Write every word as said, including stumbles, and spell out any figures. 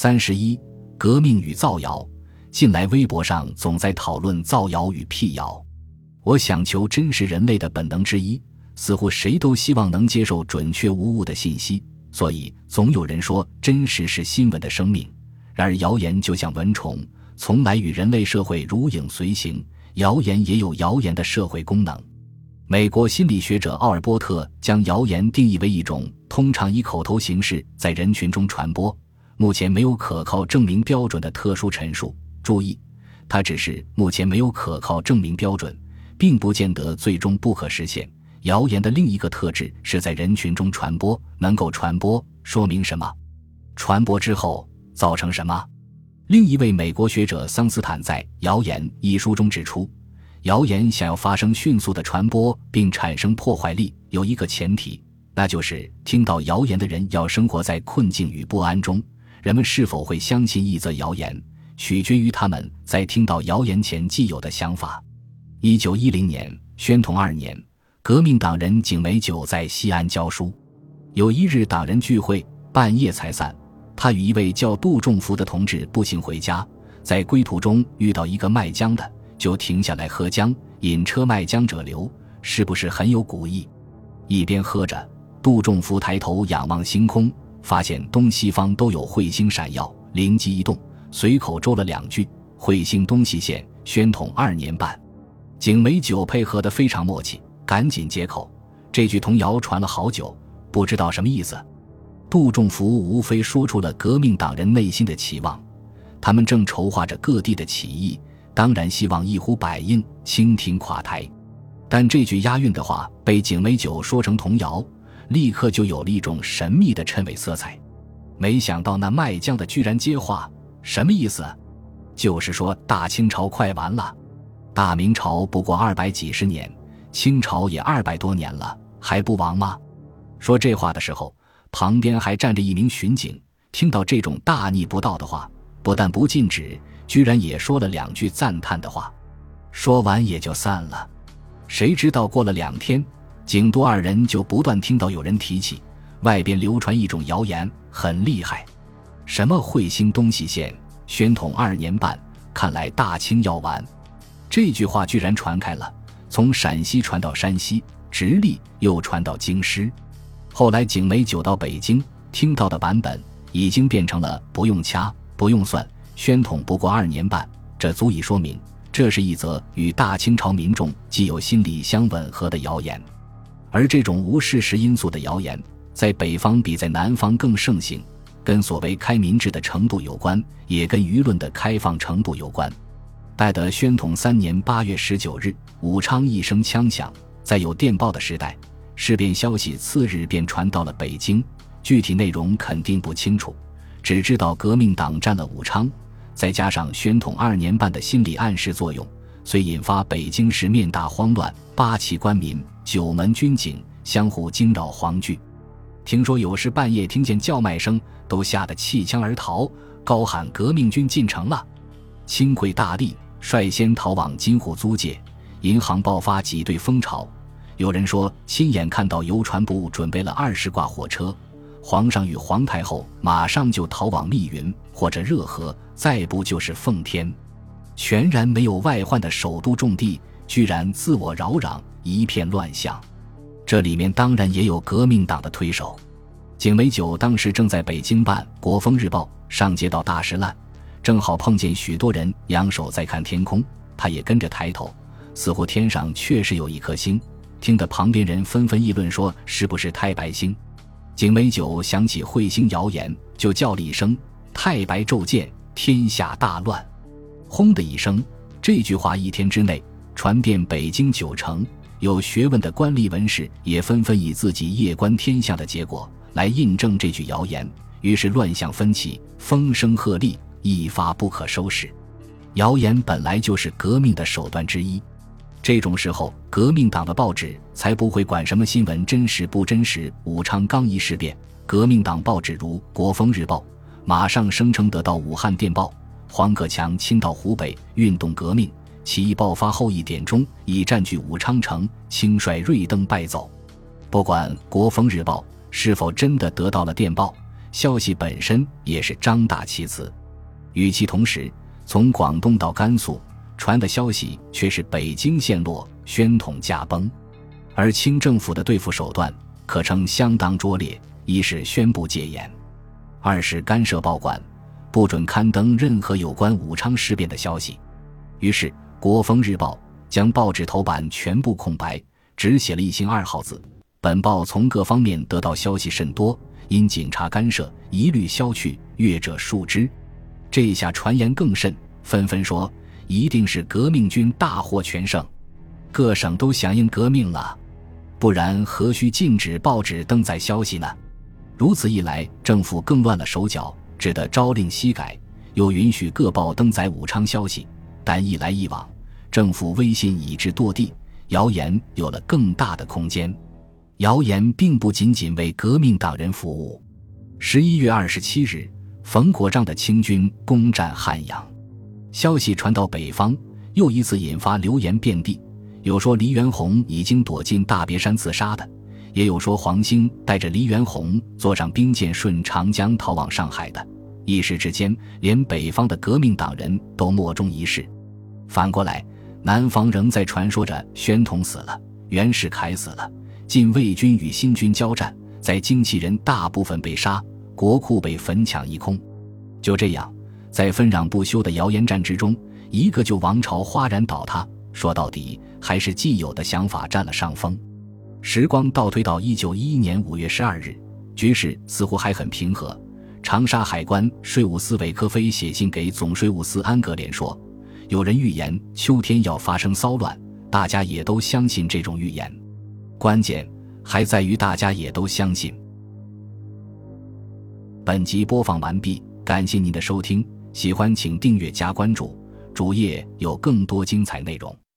三十一，革命与造谣。近来微博上总在讨论造谣与辟谣。我想求真是人类的本能之一，似乎谁都希望能接受准确无误的信息，所以总有人说真实是新闻的生命。然而谣言就像蚊虫，从来与人类社会如影随形，谣言也有谣言的社会功能。美国心理学者奥尔波特将谣言定义为一种通常以口头形式在人群中传播，目前没有可靠证明标准的特殊陈述。注意，它只是目前没有可靠证明标准，并不见得最终不可实现。谣言的另一个特质是在人群中传播，能够传播说明什么？传播之后造成什么？另一位美国学者桑斯坦在《谣言》一书中指出，谣言想要发生迅速的传播并产生破坏力，有一个前提，那就是听到谣言的人要生活在困境与不安中。人们是否会相信一则谣言，取决于他们在听到谣言前既有的想法。一九一零年，宣统二年，革命党人景美九在西安教书。有一日党人聚会，半夜才散。他与一位叫杜仲福的同志步行回家，在归途中遇到一个卖浆的，就停下来喝浆，引车卖浆者流，是不是很有古意？一边喝着，杜仲福抬头仰望星空，发现东西方都有彗星闪耀，灵机一动，随口诌了两句：彗星东西线，宣统二年半。景美九配合得非常默契，赶紧接口，这句童谣传了好久，不知道什么意思。杜仲福无非说出了革命党人内心的期望，他们正筹划着各地的起义，当然希望一呼百应，清廷垮台。但这句押韵的话被景美九说成童谣，立刻就有了一种神秘的谶纬色彩。没想到那卖浆的居然接话，什么意思？就是说大清朝快完了，大明朝不过二百几十年，清朝也二百多年了，还不亡吗？说这话的时候，旁边还站着一名巡警，听到这种大逆不道的话，不但不禁止，居然也说了两句赞叹的话。说完也就散了。谁知道过了两天，景杜二人就不断听到有人提起，外边流传一种谣言，很厉害，什么彗星东西线，宣统二年半，看来大清要完。这句话居然传开了，从陕西传到山西，直隶又传到京师。后来景美九到北京听到的版本已经变成了不用掐不用算，宣统不过二年半，这足以说明这是一则与大清朝民众既有心理相吻合的谣言。而这种无事实因素的谣言在北方比在南方更盛行，跟所谓开民制的程度有关，也跟舆论的开放程度有关。待得宣统三年八月十九日，武昌一声枪响，在有电报的时代，事变消息次日便传到了北京，具体内容肯定不清楚，只知道革命党占了武昌，再加上宣统二年半的心理暗示作用，遂引发北京市面大慌乱，八旗官民、九门军警相互惊扰惶惧。听说有时半夜听见叫卖声，都吓得弃枪而逃，高喊革命军进城了。清桧大吏率先逃往京沪租界，银行爆发挤兑风潮。有人说亲眼看到邮传部准备了二十挂火车，皇上与皇太后马上就逃往密云或者热河，再不就是奉天。全然没有外患的首都重地，居然自我扰攘，一片乱象。这里面当然也有革命党的推手。景美九当时正在北京办《国风日报》，上街到大石烂，正好碰见许多人仰首在看天空，他也跟着抬头，似乎天上确实有一颗星，听得旁边人纷纷议论说是不是太白星。景美九想起彗星谣言，就叫了一声太白骤见，天下大乱。轰的一声，这句话一天之内传遍北京九城，有学问的官吏文士也纷纷以自己夜观天象的结果来印证这句谣言，于是乱象纷起，风声鹤唳，一发不可收拾。谣言本来就是革命的手段之一，这种时候革命党的报纸才不会管什么新闻真实不真实。武昌刚一事变，革命党报纸如《国风日报》马上声称得到武汉电报，黄克强亲到湖北运动革命，起义爆发后一点钟已占据武昌城，轻率锐登败走。不管《国风日报》是否真的得到了电报， 消息本身也是张大其词。与其同时，从广东到甘肃传的消息却是北京陷落，宣统驾崩。而清政府的对付手段可称相当拙劣，一是宣布戒严，二是干涉报馆，不准刊登任何有关武昌事变的消息。于是国风日报将报纸头版全部空白，只写了一行二号字：本报从各方面得到消息甚多，因警察干涉一律消去，阅者数之。这一下传言更甚，纷纷说一定是革命军大获全胜，各省都响应革命了，不然何须禁止报纸登载消息呢？如此一来，政府更乱了手脚，只得朝令夕改，又允许各报登载武昌消息。但一来一往，政府威信已至堕地，谣言有了更大的空间。谣言并不仅仅为革命党人服务。十一月二十七日，冯国璋的清军攻占汉阳，消息传到北方，又一次引发流言遍地。有说黎元洪已经躲进大别山自杀的，也有说黄兴带着黎元洪坐上兵舰顺长江逃往上海的。一时之间，连北方的革命党人都莫衷一是。反过来，南方仍在传说着宣统死了，袁世凯死了，晋卫军与新军交战，在精气人大部分被杀，国库被焚抢一空。就这样，在纷攘不休的谣言战之中，一个旧王朝哗然倒塌，说到底还是既有的想法占了上风。时光倒推到一九一一年五月十二日，局势似乎还很平和。长沙海关税务司韦科菲写信给总税务司安格连说，有人预言秋天要发生骚乱，大家也都相信这种预言，关键还在于大家也都相信。本集播放完毕，感谢您的收听，喜欢请订阅加关注，主页有更多精彩内容。